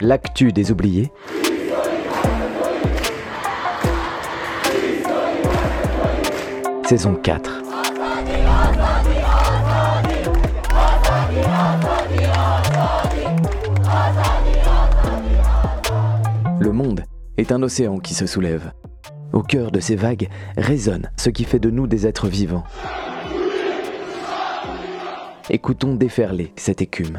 L'actu des oubliés. Saison 4. Le monde est un océan qui se soulève. Au cœur de ces vagues résonne ce qui fait de nous des êtres vivants. Écoutons déferler cette écume.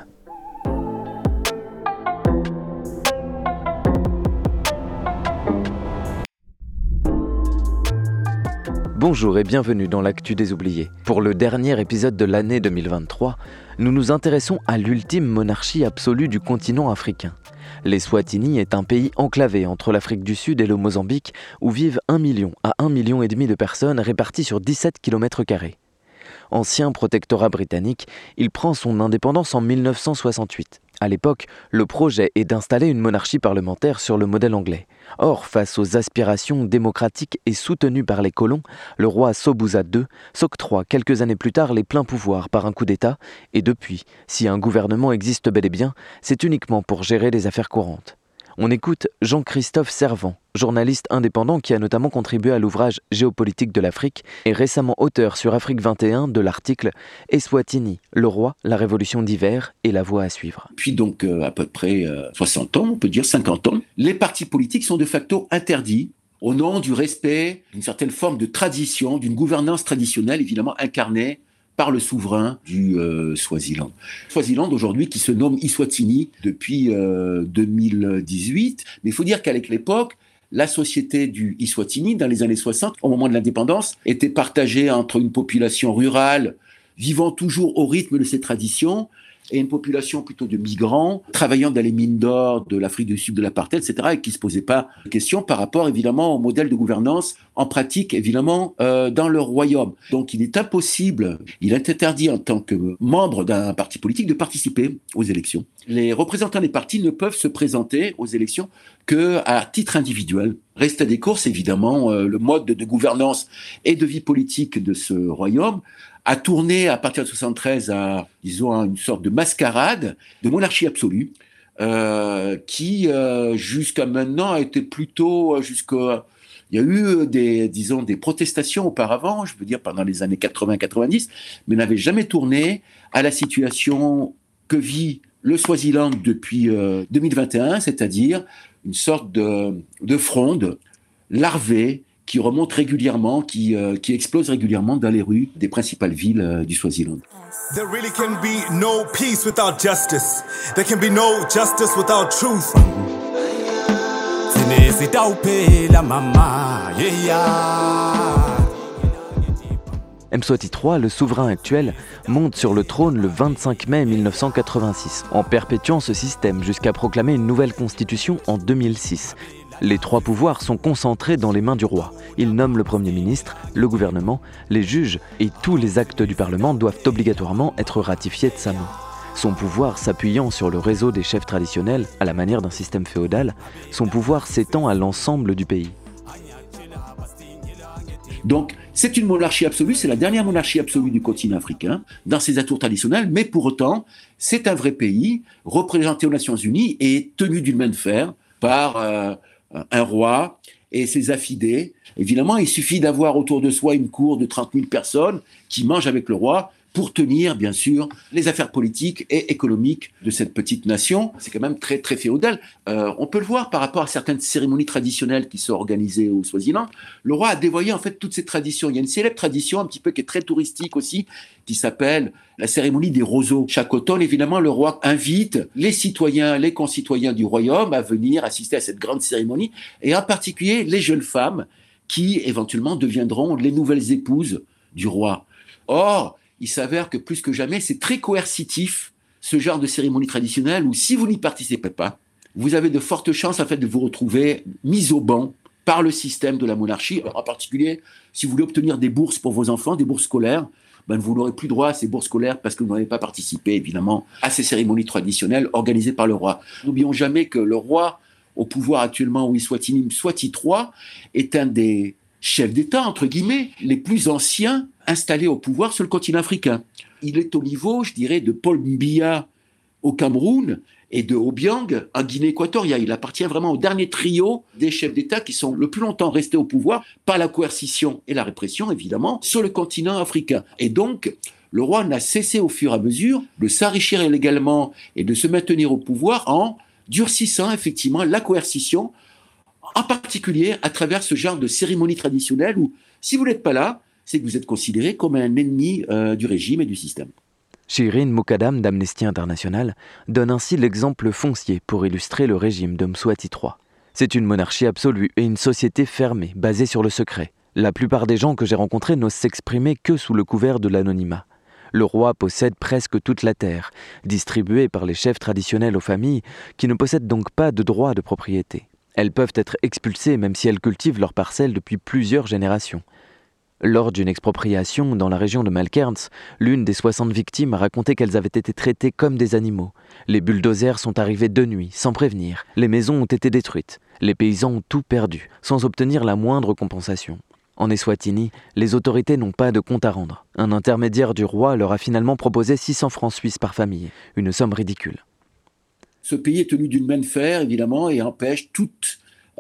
Bonjour et bienvenue dans l'actu des oubliés. Pour le dernier épisode de l'année 2023, nous nous intéressons à l'ultime monarchie absolue du continent africain. L'Eswatini est un pays enclavé entre l'Afrique du Sud et le Mozambique où vivent 1 million à 1,5 million de personnes réparties sur 17 km². Ancien protectorat britannique, il prend son indépendance en 1968. À l'époque, le projet est d'installer une monarchie parlementaire sur le modèle anglais. Or, face aux aspirations démocratiques et soutenues par les colons, le roi Sobhuza II s'octroie quelques années plus tard les pleins pouvoirs par un coup d'État, et depuis, si un gouvernement existe bel et bien, c'est uniquement pour gérer les affaires courantes. On écoute Jean-Christophe Servan, journaliste indépendant qui a notamment contribué à l'ouvrage Géopolitique de l'Afrique et récemment auteur sur Afrique 21 de l'article Eswatini, le roi, la révolution d'hiver et la voie à suivre. Puis donc à peu près 60 ans, on peut dire 50 ans, les partis politiques sont de facto interdits au nom du respect d'une certaine forme de tradition, d'une gouvernance traditionnelle évidemment incarnée par le souverain du Swaziland. Swaziland aujourd'hui qui se nomme Eswatini depuis 2018, mais il faut dire qu'à l'époque, la société du Eswatini, dans les années 60, au moment de l'indépendance, était partagée entre une population rurale vivant toujours au rythme de ses traditions et une population plutôt de migrants travaillant dans les mines d'or de l'Afrique du Sud, de l'apartheid, etc., et qui ne se posaient pas de questions par rapport évidemment au modèle de gouvernance en pratique évidemment dans leur royaume. Donc il est impossible, il est interdit en tant que membre d'un parti politique de participer aux élections. Les représentants des partis ne peuvent se présenter aux élections qu'à titre individuel. Reste des courses évidemment le mode de gouvernance et de vie politique de ce royaume a tourné à partir de 73 à, disons, une sorte de mascarade de monarchie absolue, qui jusqu'à maintenant a été plutôt il y a eu des protestations auparavant, je veux dire pendant les années 80-90, mais n'avait jamais tourné à la situation que vit le Swaziland depuis 2021, c'est-à-dire une sorte de fronde larvée qui remonte régulièrement, qui explose régulièrement dans les rues des principales villes du Swaziland. There really can be no peace without justice. There can be no justice without truth. Mswati III, le souverain actuel, monte sur le trône le 25 mai 1986, en perpétuant ce système jusqu'à proclamer une nouvelle constitution en 2006. Les 3 pouvoirs sont concentrés dans les mains du roi. Il nomme le Premier ministre, le gouvernement, les juges et tous les actes du Parlement doivent obligatoirement être ratifiés de sa main. Son pouvoir s'appuyant sur le réseau des chefs traditionnels, à la manière d'un système féodal, son pouvoir s'étend à l'ensemble du pays. Donc, c'est une monarchie absolue, c'est la dernière monarchie absolue du continent africain, dans ses atours traditionnels, mais pour autant, c'est un vrai pays, représenté aux Nations Unies et tenu d'une main de fer par un roi et ses affidés. Évidemment, il suffit d'avoir autour de soi une cour de 30 000 personnes qui mangent avec le roi pour tenir, bien sûr, les affaires politiques et économiques de cette petite nation. C'est quand même très, très féodal. On peut le voir par rapport à certaines cérémonies traditionnelles qui sont organisées au Swaziland. Le roi a dévoyé, en fait, toutes ces traditions. Il y a une célèbre tradition, un petit peu qui est très touristique aussi, qui s'appelle la cérémonie des roseaux. Chaque automne, évidemment, le roi invite les citoyens, les concitoyens du royaume à venir assister à cette grande cérémonie, et en particulier les jeunes femmes qui, éventuellement, deviendront les nouvelles épouses du roi. Or, il s'avère que plus que jamais, c'est très coercitif, ce genre de cérémonie traditionnelle où si vous n'y participez pas, vous avez de fortes chances en fait, de vous retrouver mis au banc par le système de la monarchie. Alors, en particulier, si vous voulez obtenir des bourses pour vos enfants, des bourses scolaires, vous n'aurez plus droit à ces bourses scolaires parce que vous n'avez pas participé, évidemment, à ces cérémonies traditionnelles organisées par le roi. N'oublions jamais que le roi, au pouvoir actuellement, Eswatini, Mswati III, est un des chefs d'État, entre guillemets, les plus anciens installés au pouvoir sur le continent africain. Il est au niveau, je dirais, de Paul Biya au Cameroun et de Obiang en Guinée équatoriale. Il appartient vraiment au dernier trio des chefs d'État qui sont le plus longtemps restés au pouvoir par la coercition et la répression, évidemment, sur le continent africain. Et donc, le roi n'a cessé au fur et à mesure de s'enrichir illégalement et de se maintenir au pouvoir en durcissant effectivement la coercition, en particulier à travers ce genre de cérémonie traditionnelle où, si vous n'êtes pas là, c'est que vous êtes considéré comme un ennemi du régime et du système. Shirin Moukadam d'Amnesty International donne ainsi l'exemple foncier pour illustrer le régime de Mswati III. C'est une monarchie absolue et une société fermée, basée sur le secret. La plupart des gens que j'ai rencontrés n'osent s'exprimer que sous le couvert de l'anonymat. Le roi possède presque toute la terre, distribuée par les chefs traditionnels aux familles, qui ne possèdent donc pas de droit de propriété. Elles peuvent être expulsées même si elles cultivent leurs parcelles depuis plusieurs générations. Lors d'une expropriation dans la région de Malkerns, l'une des 60 victimes a raconté qu'elles avaient été traitées comme des animaux. Les bulldozers sont arrivés de nuit, sans prévenir. Les maisons ont été détruites. Les paysans ont tout perdu, sans obtenir la moindre compensation. En Eswatini, les autorités n'ont pas de compte à rendre. Un intermédiaire du roi leur a finalement proposé 600 francs suisses par famille, une somme ridicule. Ce pays est tenu d'une main de fer, évidemment, et empêche toute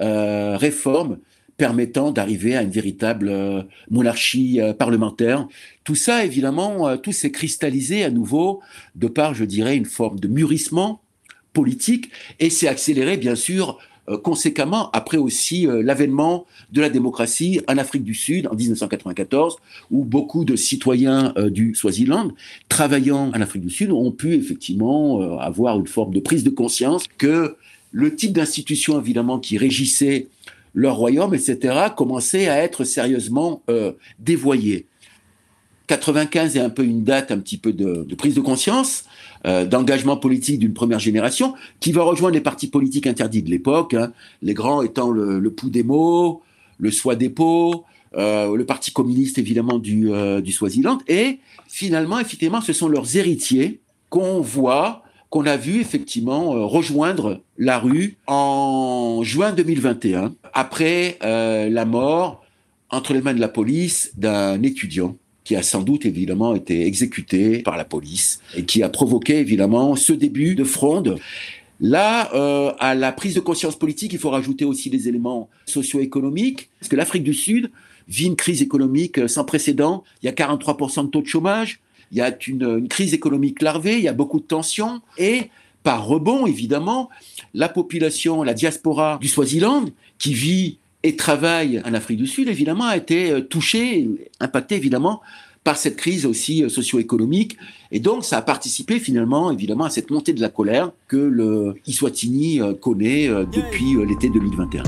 réforme permettant d'arriver à une véritable monarchie parlementaire. Tout ça, évidemment, tout s'est cristallisé à nouveau de par, je dirais, une forme de mûrissement politique et s'est accéléré, bien sûr, conséquemment, après aussi l'avènement de la démocratie en Afrique du Sud en 1994, où beaucoup de citoyens du Swaziland, travaillant en Afrique du Sud, ont pu effectivement avoir une forme de prise de conscience que le type d'institution, évidemment, qui régissait leur royaume, etc., commençait à être sérieusement dévoyé. 95 est un peu une date un petit peu de prise de conscience, d'engagement politique d'une première génération, qui va rejoindre les partis politiques interdits de l'époque, hein, les grands étant le Pudemo, le Swadepo, le Parti communiste évidemment du Swaziland, et finalement, effectivement, ce sont leurs héritiers qu'on a vu effectivement rejoindre la rue en juin 2021, après la mort, entre les mains de la police, d'un étudiant qui a sans doute évidemment été exécuté par la police et qui a provoqué évidemment ce début de fronde. Là, à la prise de conscience politique, il faut rajouter aussi des éléments socio-économiques, parce que l'Afrique du Sud vit une crise économique sans précédent. Il y a 43% de taux de chômage, il y a une crise économique larvée, il y a beaucoup de tensions, et par rebond, évidemment, la population, la diaspora du Swaziland, qui vit et travaille en Afrique du Sud, évidemment, a été touchée, impactée, évidemment, par cette crise aussi socio-économique. Et donc, ça a participé, finalement, évidemment, à cette montée de la colère que le Eswatini connaît depuis l'été 2021.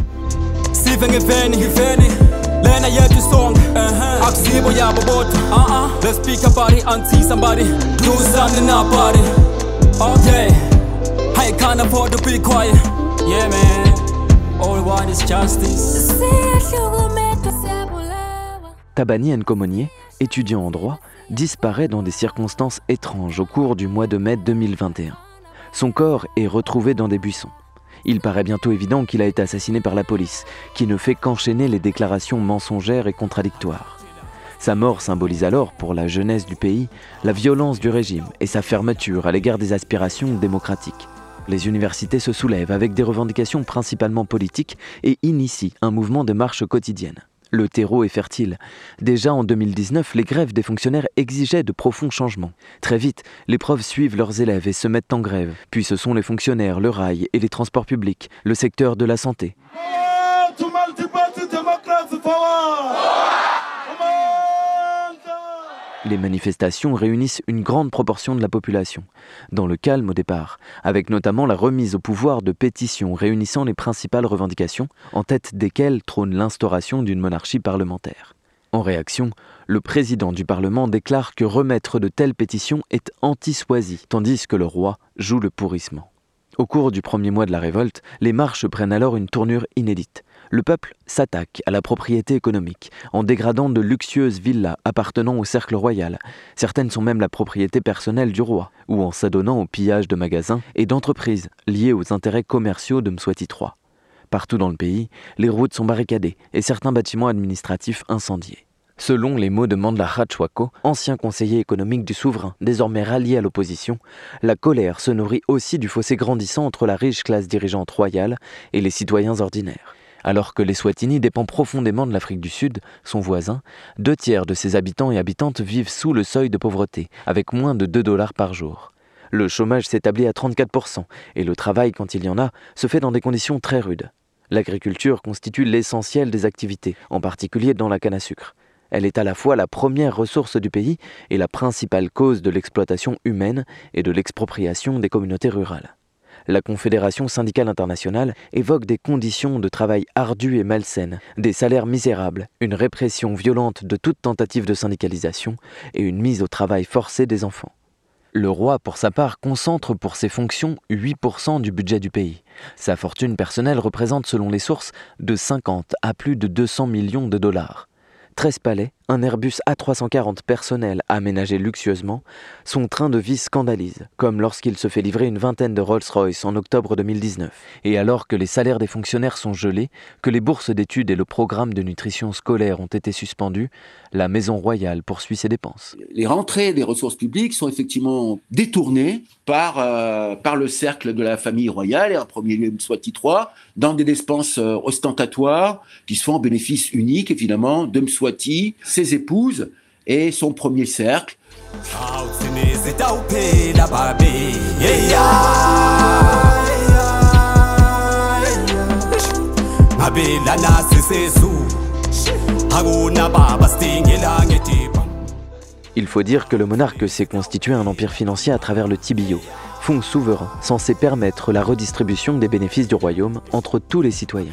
Let's speak about it and see somebody do something about it. Okay, I can't afford to be quiet. Yeah, man. All I want is justice. Tabani Nkomonié, étudiant en droit, disparaît dans des circonstances étranges au cours du mois de mai 2021. Son corps est retrouvé dans des buissons. Il paraît bientôt évident qu'il a été assassiné par la police, qui ne fait qu'enchaîner les déclarations mensongères et contradictoires. Sa mort symbolise alors, pour la jeunesse du pays, la violence du régime et sa fermeture à l'égard des aspirations démocratiques. Les universités se soulèvent avec des revendications principalement politiques et initient un mouvement de marche quotidienne. Le terreau est fertile. Déjà en 2019, les grèves des fonctionnaires exigeaient de profonds changements. Très vite, les profs suivent leurs élèves et se mettent en grève. Puis ce sont les fonctionnaires, le rail et les transports publics, le secteur de la santé. Les manifestations réunissent une grande proportion de la population, dans le calme au départ, avec notamment la remise au pouvoir de pétitions réunissant les principales revendications, en tête desquelles trône l'instauration d'une monarchie parlementaire. En réaction, le président du Parlement déclare que remettre de telles pétitions est anti-Swazi, tandis que le roi joue le pourrissement. Au cours du premier mois de la révolte, les marches prennent alors une tournure inédite. Le peuple s'attaque à la propriété économique en dégradant de luxueuses villas appartenant au cercle royal. Certaines sont même la propriété personnelle du roi, ou en s'adonnant au pillage de magasins et d'entreprises liées aux intérêts commerciaux de Mswati III. Partout dans le pays, les routes sont barricadées et certains bâtiments administratifs incendiés. Selon les mots de Mandla Khatchwako, ancien conseiller économique du souverain, désormais rallié à l'opposition, la colère se nourrit aussi du fossé grandissant entre la riche classe dirigeante royale et les citoyens ordinaires. Alors que l'Eswatini dépend profondément de l'Afrique du Sud, son voisin, 2/3 de ses habitants et habitantes vivent sous le seuil de pauvreté, avec moins de $2 par jour. Le chômage s'établit à 34% et le travail, quand il y en a, se fait dans des conditions très rudes. L'agriculture constitue l'essentiel des activités, en particulier dans la canne à sucre. Elle est à la fois la première ressource du pays et la principale cause de l'exploitation humaine et de l'expropriation des communautés rurales. La Confédération syndicale internationale évoque des conditions de travail ardues et malsaines, des salaires misérables, une répression violente de toute tentative de syndicalisation et une mise au travail forcé des enfants. Le roi, pour sa part, concentre pour ses fonctions 8% du budget du pays. Sa fortune personnelle représente, selon les sources, de 50 à plus de 200 millions de dollars. 13 palais, un Airbus A340 personnel aménagé luxueusement, son train de vie scandalise, comme lorsqu'il se fait livrer une vingtaine de Rolls-Royce en octobre 2019. Et alors que les salaires des fonctionnaires sont gelés, que les bourses d'études et le programme de nutrition scolaire ont été suspendus, la Maison Royale poursuit ses dépenses. Les rentrées des ressources publiques sont effectivement détournées par le cercle de la famille royale, et en premier lieu Mswati III, dans des dépenses ostentatoires qui se font en bénéfice unique, évidemment, de Mswati, ses épouses et son premier cercle. Il faut dire que le monarque s'est constitué un empire financier à travers le TBO, fonds souverain censé permettre la redistribution des bénéfices du royaume entre tous les citoyens.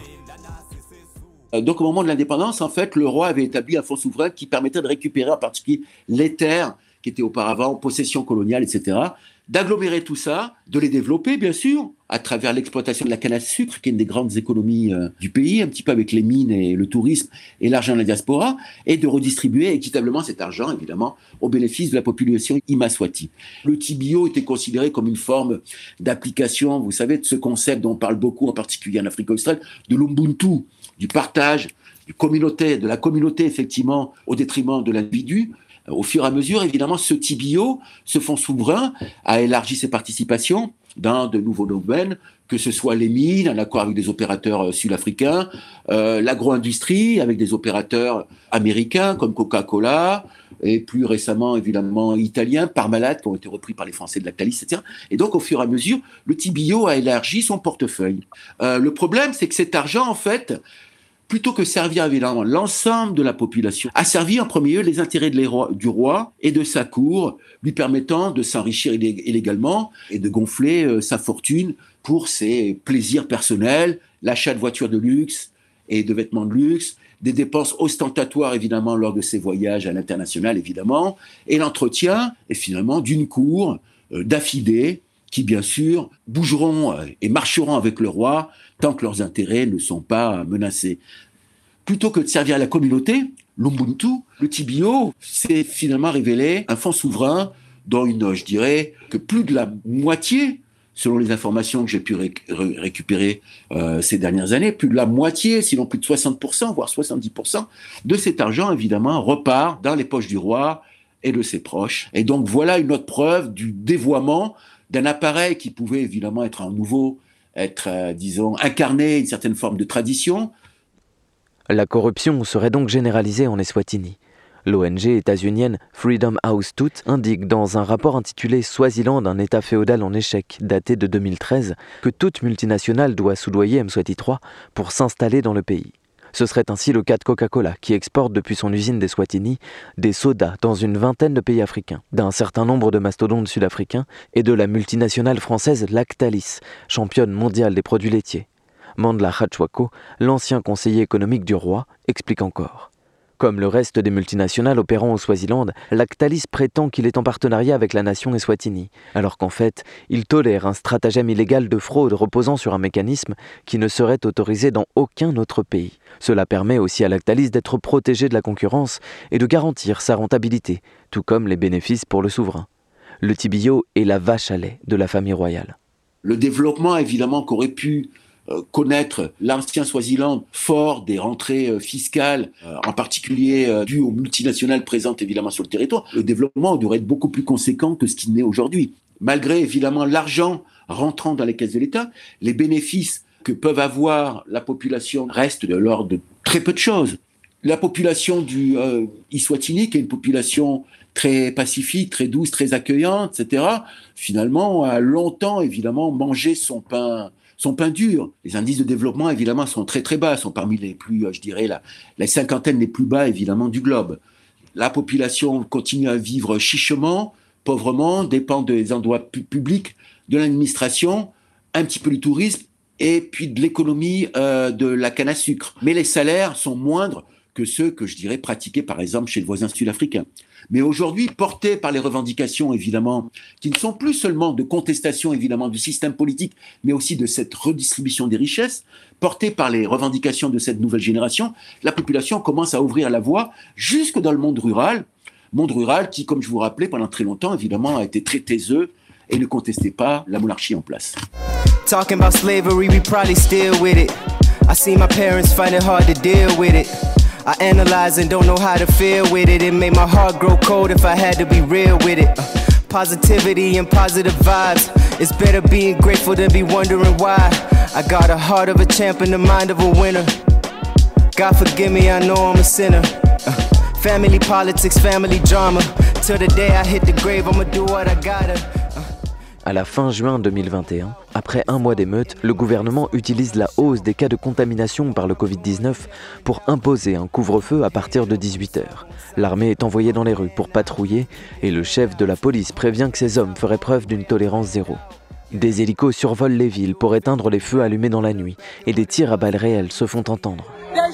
Donc au moment de l'indépendance, en fait, le roi avait établi un fonds souverain qui permettait de récupérer en particulier les terres qui étaient auparavant en possession coloniale, etc., d'agglomérer tout ça, de les développer, bien sûr, à travers l'exploitation de la canne à sucre, qui est une des grandes économies du pays, un petit peu avec les mines et le tourisme et l'argent de la diaspora, et de redistribuer équitablement cet argent, évidemment, au bénéfice de la population Imaswati. Le TBO était considéré comme une forme d'application, vous savez, de ce concept dont on parle beaucoup, en particulier en Afrique australe, de l'Ubuntu, du partage, de la communauté, effectivement, au détriment de l'individu. Au fur et à mesure, évidemment, ce TBO, ce fonds souverain, a élargi ses participations dans de nouveaux domaines, que ce soit les mines, en accord avec des opérateurs sud-africains, l'agro-industrie, avec des opérateurs américains comme Coca-Cola, et plus récemment, évidemment, italiens, Parmalat, qui ont été repris par les Français de Lactalis, etc. Et donc, au fur et à mesure, le TBO a élargi son portefeuille. Le problème, c'est que cet argent, en fait, plutôt que servir évidemment l'ensemble de la population, a servi en premier lieu les intérêts du roi et de sa cour, lui permettant de s'enrichir illégalement et de gonfler sa fortune pour ses plaisirs personnels, l'achat de voitures de luxe et de vêtements de luxe, des dépenses ostentatoires évidemment lors de ses voyages à l'international évidemment, et l'entretien et finalement d'une cour d'affidés qui bien sûr bougeront et marcheront avec le roi tant que leurs intérêts ne sont pas menacés. Plutôt que de servir à la communauté, l'Ubuntu, le TBO s'est finalement révélé un fonds souverain dont je dirais que plus de la moitié, selon les informations que j'ai pu récupérer ces dernières années, plus de la moitié, sinon plus de 60%, voire 70% de cet argent, évidemment, repart dans les poches du roi et de ses proches. Et donc voilà une autre preuve du dévoiement d'un appareil qui pouvait évidemment être incarné une certaine forme de tradition. La corruption serait donc généralisée en Eswatini. L'ONG états-unienne Freedom House Tout indique dans un rapport intitulé « Swaziland, un État féodal en échec » daté de 2013 que toute multinationale doit soudoyer Mswati III pour s'installer dans le pays. Ce serait ainsi le cas de Coca-Cola, qui exporte depuis son usine d'Eswatini des sodas dans une vingtaine de pays africains, d'un certain nombre de mastodontes sud-africains et de la multinationale française Lactalis, championne mondiale des produits laitiers. Mandla Khatchwako, l'ancien conseiller économique du roi, explique encore. Comme le reste des multinationales opérant au Swaziland, Lactalis prétend qu'il est en partenariat avec la nation Eswatini, alors qu'en fait, il tolère un stratagème illégal de fraude reposant sur un mécanisme qui ne serait autorisé dans aucun autre pays. Cela permet aussi à Lactalis d'être protégé de la concurrence et de garantir sa rentabilité, tout comme les bénéfices pour le souverain. Le TBO est la vache à lait de la famille royale. Le développement, évidemment, qu'aurait pu connaître l'ancien Swaziland fort des rentrées fiscales, en particulier dues aux multinationales présentes évidemment sur le territoire, le développement devrait être beaucoup plus conséquent que ce qu'il n'est aujourd'hui. Malgré évidemment l'argent rentrant dans les caisses de l'État, les bénéfices que peuvent avoir la population restent de l'ordre de très peu de choses. La population du Eswatini, qui est une population très pacifique, très douce, très accueillante, etc., finalement a longtemps évidemment mangé son pain dur. Les indices de développement évidemment sont très très bas, sont parmi les plus, je dirais, la cinquantaine les plus bas évidemment du globe. La population continue à vivre chichement, pauvrement, dépend des endroits publics, de l'administration, un petit peu du tourisme et puis de l'économie de la canne à sucre. Mais les salaires sont moindres que ceux que je dirais pratiqués par exemple chez le voisin sud-africain. Mais aujourd'hui, portés par les revendications évidemment, qui ne sont plus seulement de contestation évidemment du système politique, mais aussi de cette redistribution des richesses, portés par les revendications de cette nouvelle génération, la population commence à ouvrir la voie jusque dans le monde rural qui, comme je vous rappelais, pendant très longtemps évidemment a été très taiseux et ne contestait pas la monarchie en place. Talking about slavery, we probably still with it. I see my parents find it hard to deal with it. I analyze and don't know how to feel with it. It made my heart grow cold if I had to be real with it. Positivity and positive vibes. It's better being grateful than be wondering why. I got a heart of a champ and the mind of a winner. God forgive me, I know I'm a sinner. Family politics, family drama. Till the day I hit the grave, I'ma do what I gotta. À la fin juin 2021, après un mois d'émeutes, le gouvernement utilise la hausse des cas de contamination par le Covid-19 pour imposer un couvre-feu à partir de 18h. L'armée est envoyée dans les rues pour patrouiller et le chef de la police prévient que ces hommes feraient preuve d'une tolérance zéro. Des hélicos survolent les villes pour éteindre les feux allumés dans la nuit et des tirs à balles réelles se font entendre.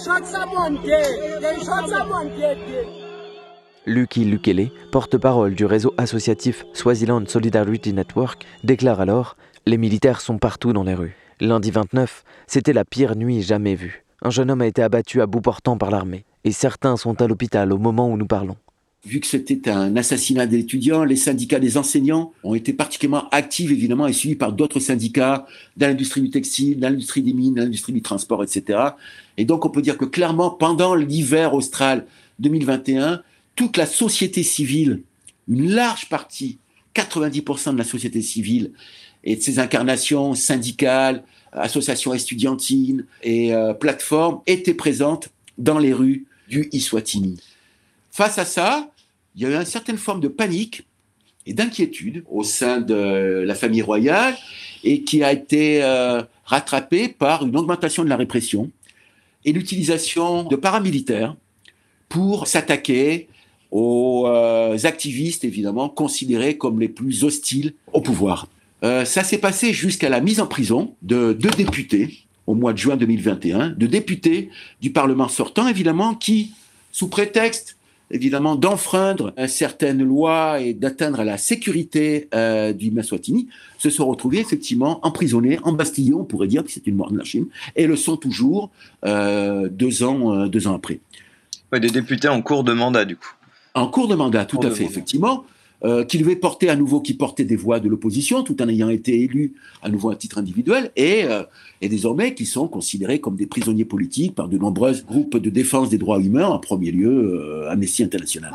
Lucky Lukele, porte-parole du réseau associatif Swaziland Solidarity Network, déclare alors « Les militaires sont partout dans les rues. Lundi 29, c'était la pire nuit jamais vue. Un jeune homme a été abattu à bout portant par l'armée et certains sont à l'hôpital au moment où nous parlons. » Vu que c'était un assassinat d'étudiants, les syndicats des enseignants ont été particulièrement actifs évidemment et suivis par d'autres syndicats dans l'industrie du textile, dans l'industrie des mines, dans l'industrie du transport, etc. Et donc on peut dire que clairement, pendant l'hiver austral 2021, toute la société civile, une large partie, 90% de la société civile et de ses incarnations syndicales, associations estudiantines et plateformes étaient présentes dans les rues du Eswatini. Face à ça, il y a eu une certaine forme de panique et d'inquiétude au sein de la famille royale et qui a été rattrapée par une augmentation de la répression et l'utilisation de paramilitaires pour s'attaquer aux activistes, évidemment, considérés comme les plus hostiles au pouvoir. Ça s'est passé jusqu'à la mise en prison de 2 députés, au mois de juin 2021, 2 députés du Parlement sortant, évidemment, qui, sous prétexte, évidemment, d'enfreindre certaines lois et d'atteindre à la sécurité du Eswatini, se sont retrouvés, effectivement, emprisonnés, embastillés, on pourrait dire que c'est une mort de la Chine, et le sont toujours 2 ans après. Ouais, des députés en cours de mandat, du coup. En cours de mandat, tout à fait, effectivement, qui devait porter à nouveau, qui portait des voix de l'opposition, tout en ayant été élus à nouveau à titre individuel, et désormais qui sont considérés comme des prisonniers politiques par de nombreux groupes de défense des droits humains, en premier lieu Amnesty International.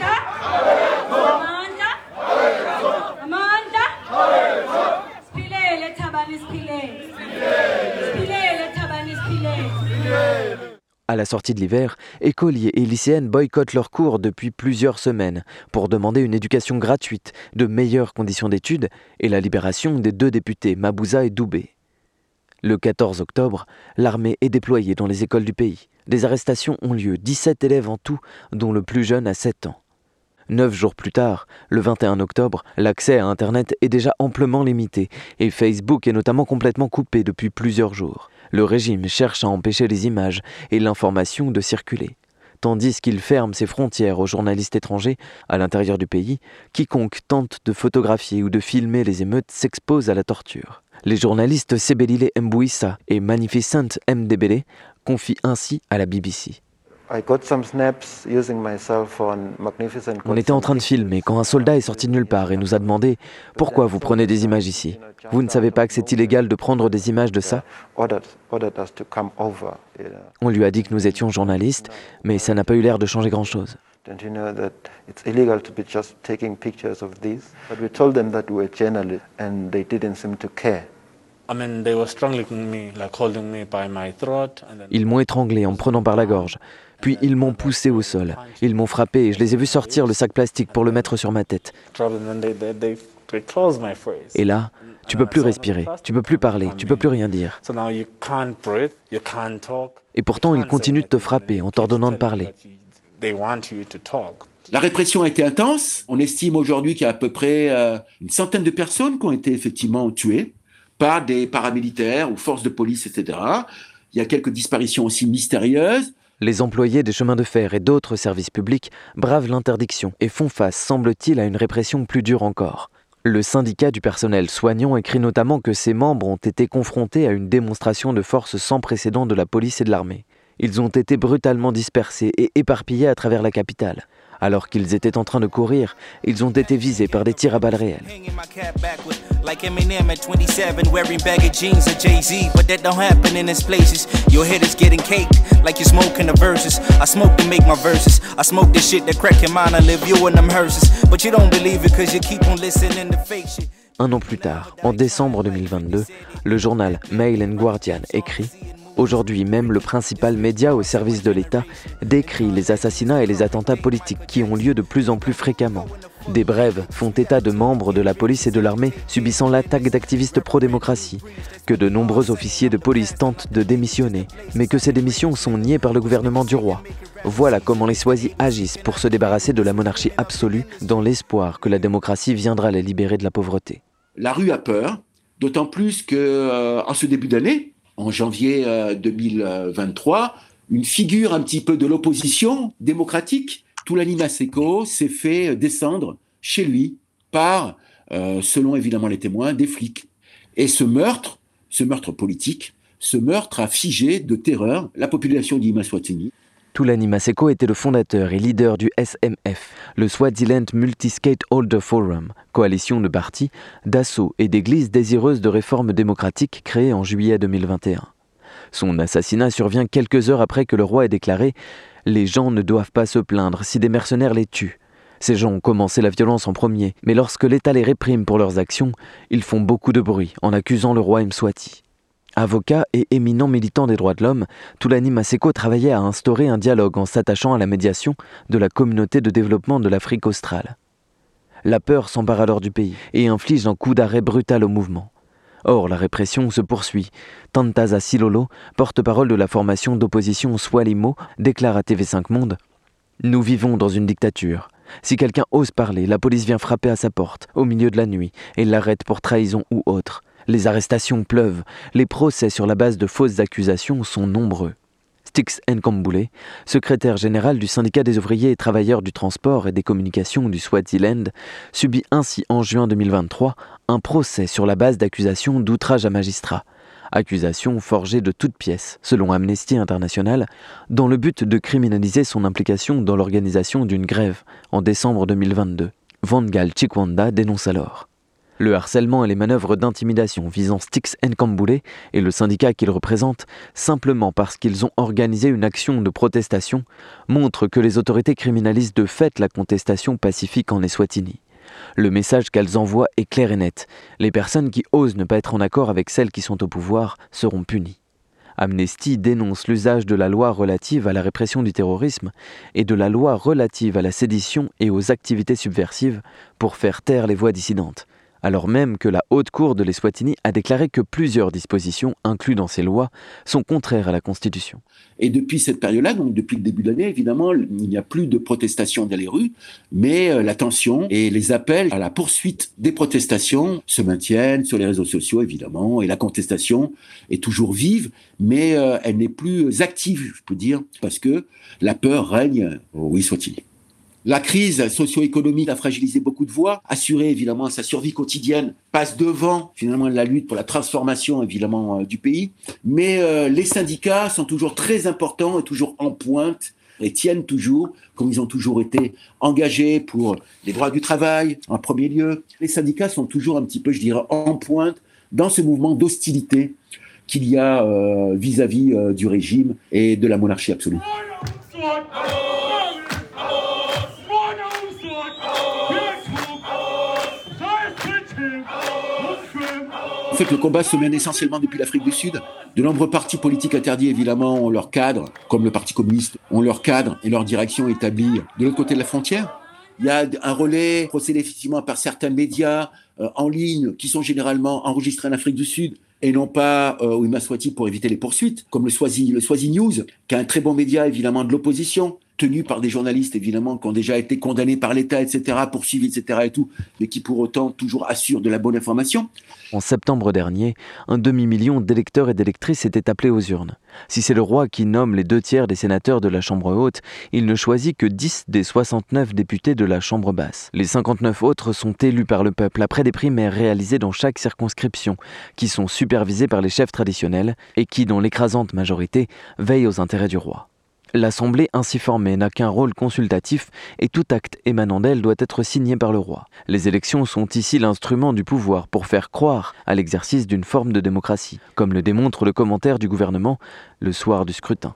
À la sortie de l'hiver, écoliers et lycéennes boycottent leurs cours depuis plusieurs semaines pour demander une éducation gratuite, de meilleures conditions d'études et la libération des 2 députés, Mabuza et Doubé. Le 14 octobre, l'armée est déployée dans les écoles du pays. Des arrestations ont lieu, 17 élèves en tout, dont le plus jeune a 7 ans. 9 jours plus tard, le 21 octobre, l'accès à Internet est déjà amplement limité et Facebook est notamment complètement coupé depuis plusieurs jours. Le régime cherche à empêcher les images et l'information de circuler. Tandis qu'il ferme ses frontières aux journalistes étrangers à l'intérieur du pays, quiconque tente de photographier ou de filmer les émeutes s'expose à la torture. Les journalistes Sebelile Mbouissa et Magnificent Mdebele confient ainsi à la BBC. On était en train de filmer quand un soldat est sorti de nulle part et nous a demandé « Pourquoi vous prenez des images ici ? Vous ne savez pas que c'est illégal de prendre des images de ça ?» On lui a dit que nous étions journalistes, mais ça n'a pas eu l'air de changer grand-chose. Don't you know that it's illegal to be just taking pictures of these? But we told them that we were journalists and they didn't seem to care. They were strangling me, like holding me by my throat. Ils m'ont étranglé en me prenant par la gorge. Puis ils m'ont poussé au sol. Ils m'ont frappé et je les ai vus sortir le sac plastique pour le mettre sur ma tête. Et là, tu peux plus respirer, tu peux plus parler, tu peux plus rien dire. Et pourtant, ils continuent de te frapper en t'ordonnant de parler. La répression a été intense. On estime aujourd'hui qu'il y a à peu près une centaine de personnes qui ont été effectivement tuées par des paramilitaires ou forces de police, etc. Il y a quelques disparitions aussi mystérieuses. Les employés des chemins de fer et d'autres services publics bravent l'interdiction et font face, semble-t-il, à une répression plus dure encore. Le syndicat du personnel soignant écrit notamment que ses membres ont été confrontés à une démonstration de force sans précédent de la police et de l'armée. Ils ont été brutalement dispersés et éparpillés à travers la capitale. Alors qu'ils étaient en train de courir, ils ont été visés par des tirs à balles réelles. Like Eminem at 27, wearing baggy jeans or Jay-Z, but that don't happen in these places. Your head is getting caked, like you're smoking the verses. I smoke to make my verses. I smoke this shit that crack your mind. I live you in them hearses, but you don't believe it cause you keep on listening to fake shit. Un an plus tard, en décembre 2022, le journal Mail and Guardian écrit « Aujourd'hui, même le principal média au service de l'État décrit les assassinats et les attentats politiques qui ont lieu de plus en plus fréquemment. Des brèves font état de membres de la police et de l'armée subissant l'attaque d'activistes pro-démocratie, que de nombreux officiers de police tentent de démissionner, mais que ces démissions sont niées par le gouvernement du roi. Voilà comment les Swazis agissent pour se débarrasser de la monarchie absolue dans l'espoir que la démocratie viendra les libérer de la pauvreté. » La rue a peur, d'autant plus qu'en ce début d'année, en janvier 2023, une figure un petit peu de l'opposition démocratique, Thulani Maseko, s'est fait descendre chez lui par, selon évidemment les témoins, des flics. Et ce meurtre politique, ce meurtre a figé de terreur la population d'Ima-Swatini. Thulani Maseko était le fondateur et leader du SMF, le Swaziland Multi-Stakeholder Forum, coalition de partis, d'assauts et d'églises désireuses de réformes démocratiques créée en juillet 2021. Son assassinat survient quelques heures après que le roi ait déclaré « Les gens ne doivent pas se plaindre si des mercenaires les tuent ». Ces gens ont commencé la violence en premier, mais lorsque l'État les réprime pour leurs actions, ils font beaucoup de bruit en accusant le roi Mswati. Avocat et éminent militant des droits de l'homme, Thulani Maseko travaillait à instaurer un dialogue en s'attachant à la médiation de la communauté de développement de l'Afrique australe. La peur s'empare alors du pays et inflige un coup d'arrêt brutal au mouvement. Or, la répression se poursuit. Tantaza Silolo, porte-parole de la formation d'opposition Swalimo, déclare à TV5 Monde « Nous vivons dans une dictature. Si quelqu'un ose parler, la police vient frapper à sa porte, au milieu de la nuit, et l'arrête pour trahison ou autre. Les arrestations pleuvent, les procès sur la base de fausses accusations sont nombreux. » Stix Nkambule, secrétaire général du syndicat des ouvriers et travailleurs du transport et des communications du Swaziland, subit ainsi en juin 2023 un procès sur la base d'accusations d'outrage à magistrat. Accusations forgées de toutes pièces, selon Amnesty International, dans le but de criminaliser son implication dans l'organisation d'une grève en décembre 2022. Vangal Chikwanda dénonce alors. Le harcèlement et les manœuvres d'intimidation visant Stix Nkambule et le syndicat qu'il représente, simplement parce qu'ils ont organisé une action de protestation, montrent que les autorités criminalisent de fait la contestation pacifique en Eswatini. Le message qu'elles envoient est clair et net. Les personnes qui osent ne pas être en accord avec celles qui sont au pouvoir seront punies. Amnesty dénonce l'usage de la loi relative à la répression du terrorisme et de la loi relative à la sédition et aux activités subversives pour faire taire les voix dissidentes, alors même que la Haute Cour de l'Eswatini a déclaré que plusieurs dispositions incluses dans ces lois sont contraires à la Constitution. Et depuis cette période-là, donc depuis le début de l'année, évidemment, il n'y a plus de protestations dans les rues, mais la tension et les appels à la poursuite des protestations se maintiennent sur les réseaux sociaux, évidemment, et la contestation est toujours vive, mais elle n'est plus active, je peux dire, parce que la peur règne au Eswatini. La crise socio-économique a fragilisé beaucoup de voix, assuré évidemment sa survie quotidienne, passe devant finalement la lutte pour la transformation évidemment du pays. Mais les syndicats sont toujours très importants et toujours en pointe et tiennent toujours, comme ils ont toujours été, engagés pour les droits du travail, en premier lieu. Les syndicats sont toujours un petit peu, je dirais, en pointe dans ce mouvement d'hostilité qu'il y a vis-à-vis du régime et de la monarchie absolue. En fait, le combat se mène essentiellement depuis l'Afrique du Sud. De nombreux partis politiques interdits, évidemment, ont leur cadre, comme le Parti communiste, ont leur cadre et leur direction établie de l'autre côté de la frontière. Il y a un relais procédé effectivement par certains médias en ligne qui sont généralement enregistrés en Afrique du Sud et non pas au Imaswati pour éviter les poursuites, comme le Swazi News, qui est un très bon média évidemment de l'opposition, tenu par des journalistes évidemment qui ont déjà été condamnés par l'État, etc., poursuivis, etc. et tout, mais qui pour autant toujours assurent de la bonne information. En septembre dernier, un demi-million d'électeurs et d'électrices étaient appelés aux urnes. Si c'est le roi qui nomme les 2/3 des sénateurs de la Chambre haute, il ne choisit que 10 des 69 députés de la Chambre basse. Les 59 autres sont élus par le peuple après des primaires réalisées dans chaque circonscription, qui sont supervisées par les chefs traditionnels et qui, dans l'écrasante majorité, veillent aux intérêts du roi. L'Assemblée ainsi formée n'a qu'un rôle consultatif et tout acte émanant d'elle doit être signé par le roi. Les élections sont ici l'instrument du pouvoir pour faire croire à l'exercice d'une forme de démocratie, comme le démontre le commentaire du gouvernement le soir du scrutin.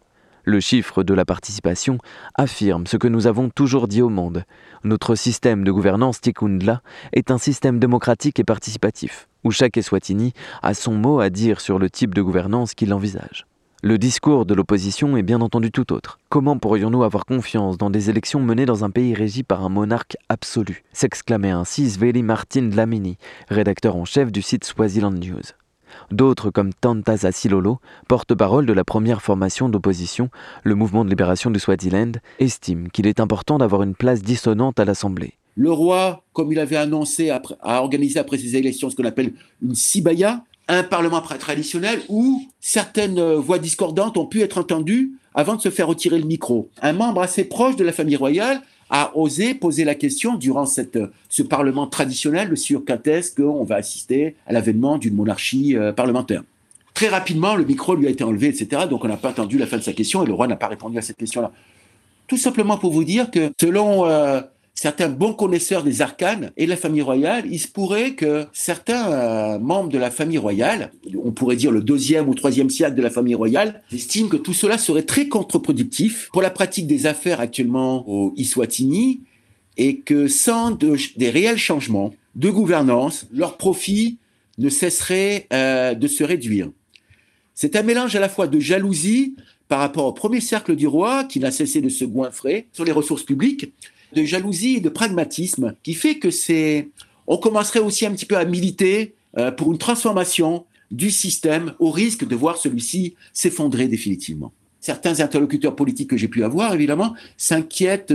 Le chiffre de la participation affirme ce que nous avons toujours dit au monde. Notre système de gouvernance Tikundla est un système démocratique et participatif, où chaque Eswatini a son mot à dire sur le type de gouvernance qu'il envisage. Le discours de l'opposition est bien entendu tout autre. Comment pourrions-nous avoir confiance dans des élections menées dans un pays régi par un monarque absolu ? S'exclamait ainsi Zweli Martin Dlamini, rédacteur en chef du site Swaziland News. D'autres, comme Tantaza Silolo, porte-parole de la première formation d'opposition, le mouvement de libération du Swaziland, estiment qu'il est important d'avoir une place dissonante à l'Assemblée. Le roi, comme il avait annoncé, a organisé après ces élections ce qu'on appelle une sibaya, un parlement traditionnel où certaines voix discordantes ont pu être entendues avant de se faire retirer le micro. Un membre assez proche de la famille royale a osé poser la question durant ce parlement traditionnel sur quand est-ce qu'on va assister à l'avènement d'une monarchie parlementaire. Très rapidement, le micro lui a été enlevé, etc. Donc on n'a pas attendu la fin de sa question et le roi n'a pas répondu à cette question-là. Tout simplement pour vous dire que selon certains bons connaisseurs des arcanes et de la famille royale, il se pourrait que certains membres de la famille royale, on pourrait dire le 2e ou 3e siècle de la famille royale, estiment que tout cela serait très contre-productif pour la pratique des affaires actuellement au Eswatini et que sans des réels changements de gouvernance, leur profit ne cesserait de se réduire. C'est un mélange à la fois de jalousie par rapport au premier cercle du roi qui n'a cessé de se goinfrer sur les ressources publiques, de jalousie et de pragmatisme qui fait que on commencerait aussi un petit peu à militer pour une transformation du système au risque de voir celui-ci s'effondrer définitivement. Certains interlocuteurs politiques que j'ai pu avoir, évidemment, s'inquiètent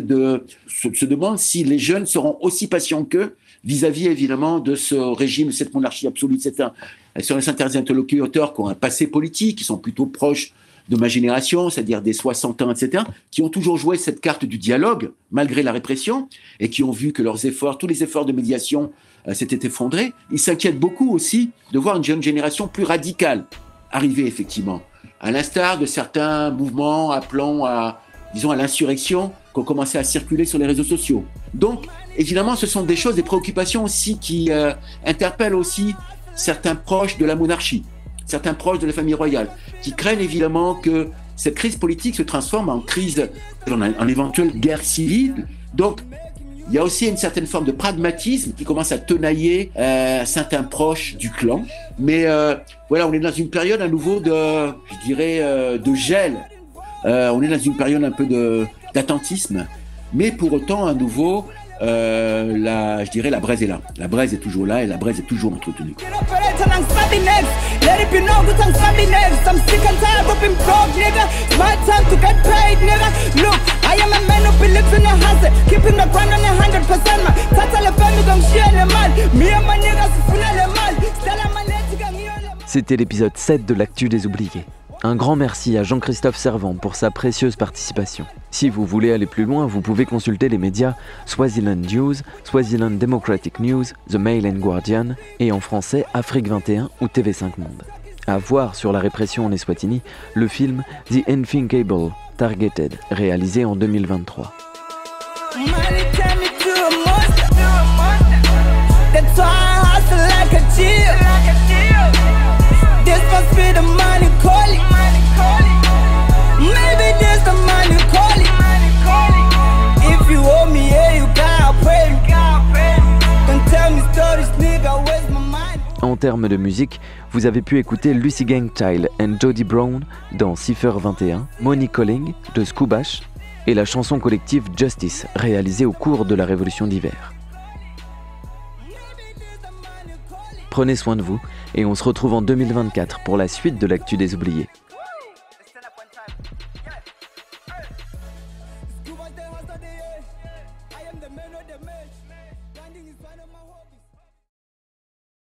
se demandent si les jeunes seront aussi patients qu'eux vis-à-vis, évidemment, de ce régime, cette monarchie absolue, etc. Sur certains interlocuteurs qui ont un passé politique, qui sont plutôt proches de ma génération, c'est-à-dire des 60 ans, etc., qui ont toujours joué cette carte du dialogue, malgré la répression, et qui ont vu que leurs efforts, tous les efforts de médiation s'étaient effondrés. Ils s'inquiètent beaucoup aussi de voir une jeune génération plus radicale arriver, effectivement, à l'instar de certains mouvements appelant à l'insurrection qui ont commencé à circuler sur les réseaux sociaux. Donc, évidemment, ce sont des choses, des préoccupations aussi qui interpellent aussi certains proches de la monarchie, certains proches de la famille royale, qui craignent évidemment que cette crise politique se transforme en crise, en éventuelle guerre civile. Donc, il y a aussi une certaine forme de pragmatisme qui commence à tenailler certains proches du clan. Mais voilà, on est dans une période à nouveau de gel. On est dans une période un peu d'attentisme. Mais pour autant, à nouveau, la braise est là. La braise est toujours là et la braise est toujours entretenue. C'était l'épisode 7 de l'Actu des Oubliés. Un grand merci à Jean-Christophe Servant pour sa précieuse participation. Si vous voulez aller plus loin, vous pouvez consulter les médias Swaziland News, Swaziland Democratic News, The Mail and Guardian et en français Afrique 21 ou TV5 Monde. À voir sur la répression en Eswatini, le film The Unthinkable Targeted, réalisé en 2023. En termes de musique, vous avez pu écouter Lucy Gang Child and Jody Brown dans Cipher 21, Money Calling de Scoobash et la chanson collective Justice, réalisée au cours de la Révolution d'hiver. Prenez soin de vous et on se retrouve en 2024 pour la suite de l'actu des oubliés.